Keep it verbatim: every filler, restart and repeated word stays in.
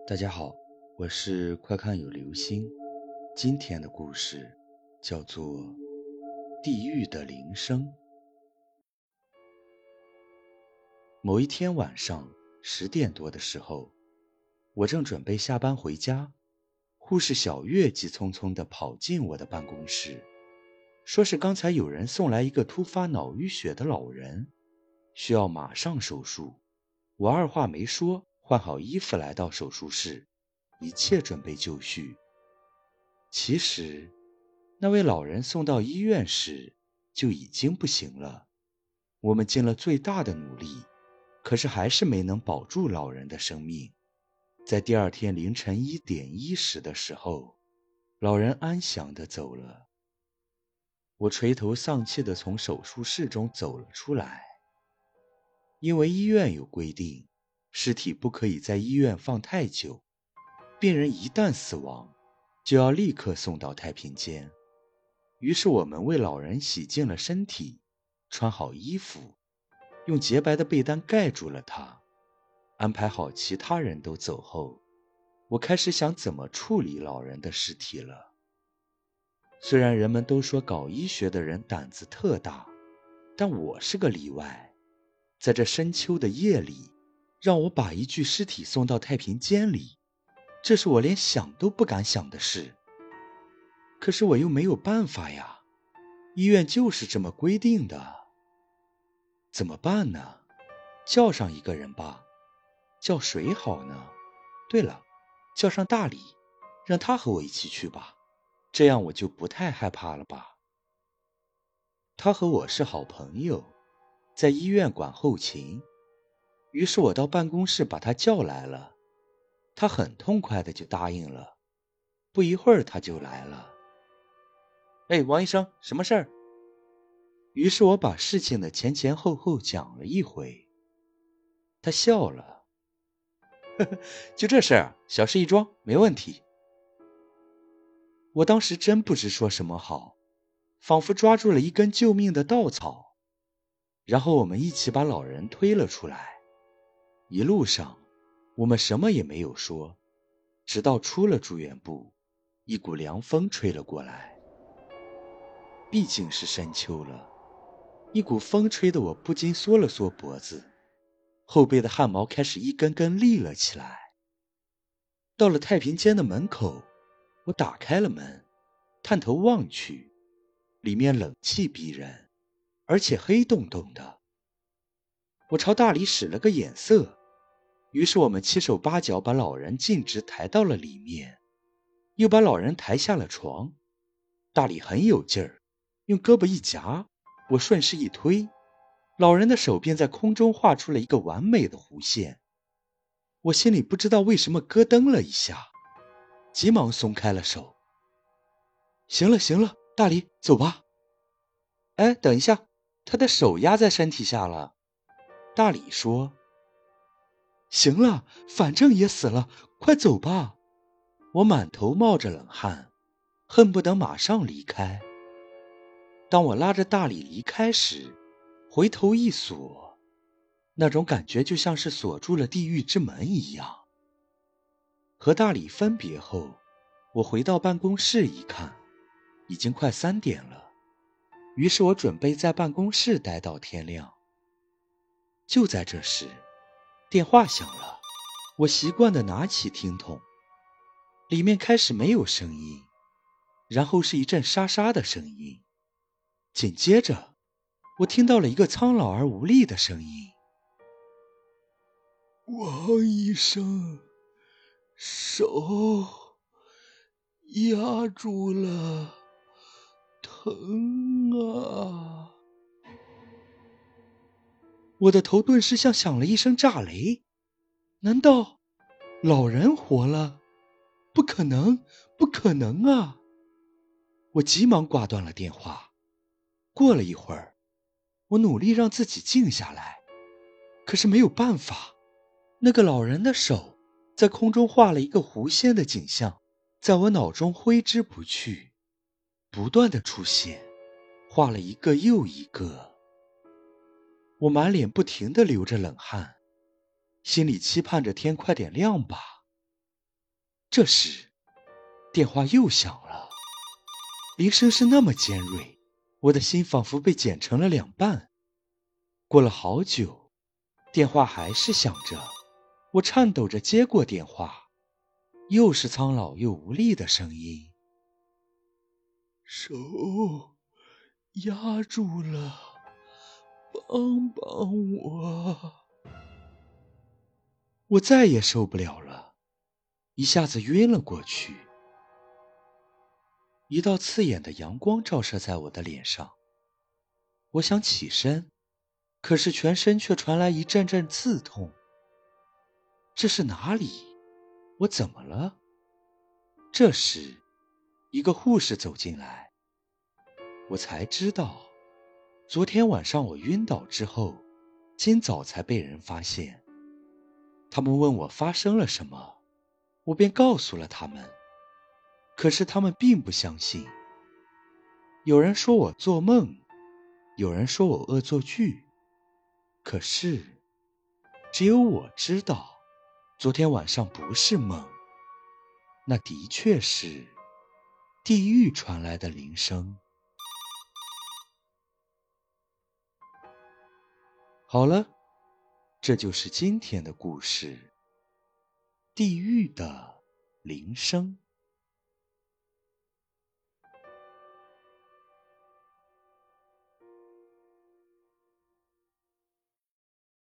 大家好，我是快看有流星。今天的故事叫做《地狱的铃声》。某一天晚上十点多的时候，我正准备下班回家，护士小月急匆匆地跑进我的办公室，说是刚才有人送来一个突发脑淤血的老人，需要马上手术。我二话没说，换好衣服来到手术室，一切准备就绪。其实那位老人送到医院时就已经不行了，我们尽了最大的努力，可是还是没能保住老人的生命。在第二天凌晨一点一时的时候，老人安详地走了。我垂头丧气地从手术室中走了出来。因为医院有规定，尸体不可以在医院放太久，病人一旦死亡就要立刻送到太平间。于是我们为老人洗净了身体，穿好衣服，用洁白的被单盖住了他。安排好其他人都走后，我开始想怎么处理老人的尸体了。虽然人们都说搞医学的人胆子特大，但我是个例外。在这深秋的夜里，让我把一具尸体送到太平间里，这是我连想都不敢想的事。可是我又没有办法呀，医院就是这么规定的。怎么办呢？叫上一个人吧。叫谁好呢？对了，叫上大李，让他和我一起去吧，这样我就不太害怕了吧。他和我是好朋友，在医院管后勤，于是我到办公室把他叫来了。他很痛快的就答应了。不一会儿他就来了。哎，王医生，什么事儿？于是我把事情的前前后后讲了一回。他笑了。呵呵，就这事儿，小事一桩，没问题。我当时真不知说什么好，仿佛抓住了一根救命的稻草。然后我们一起把老人推了出来。一路上我们什么也没有说，直到出了住院部，一股凉风吹了过来。毕竟是深秋了，一股风吹得我不禁缩了缩脖子，后背的汗毛开始一根根立了起来。到了太平间的门口，我打开了门，探头望去，里面冷气逼人，而且黑洞洞的。我朝大李使了个眼色，于是我们七手八脚把老人径直抬到了里面，又把老人抬下了床。大李很有劲儿，用胳膊一夹，我顺势一推，老人的手便在空中画出了一个完美的弧线。我心里不知道为什么咯噔了一下，急忙松开了手。行了行了，大李，走吧。哎，等一下，他的手压在身体下了。大李说。行了，反正也死了，快走吧。我满头冒着冷汗，恨不得马上离开。当我拉着大李离开时，回头一锁，那种感觉就像是锁住了地狱之门一样。和大李分别后，我回到办公室一看，已经快三点了。于是我准备在办公室待到天亮。就在这时，电话响了，我习惯地拿起听筒，里面开始没有声音，然后是一阵沙沙的声音，紧接着我听到了一个苍老而无力的声音。 王医生，手压住了，疼啊！ 我的头顿时像响了一声炸雷，难道老人活了？不可能，不可能啊！我急忙挂断了电话。过了一会儿，我努力让自己静下来，可是没有办法，那个老人的手在空中画了一个弧线的景象，在我脑中挥之不去，不断的出现，画了一个又一个。我满脸不停地流着冷汗，心里期盼着天快点亮吧。 这时，电话又响了，铃声是那么尖锐，我的心仿佛被剪成了两半。过了好久，电话还是响着，我颤抖着接过电话，又是苍老又无力的声音： 手压住了，帮帮我！ 我再也受不了了，一下子晕了过去。一道刺眼的阳光照射在我的脸上，我想起身，可是全身却传来一阵阵刺痛。这是哪里？我怎么了？这时，一个护士走进来，我才知道，昨天晚上我晕倒之后，今早才被人发现。他们问我发生了什么，我便告诉了他们。可是他们并不相信，有人说我做梦，有人说我恶作剧，可是只有我知道，昨天晚上不是梦，那的确是地狱传来的铃声。好了，这就是今天的故事，地狱的铃声。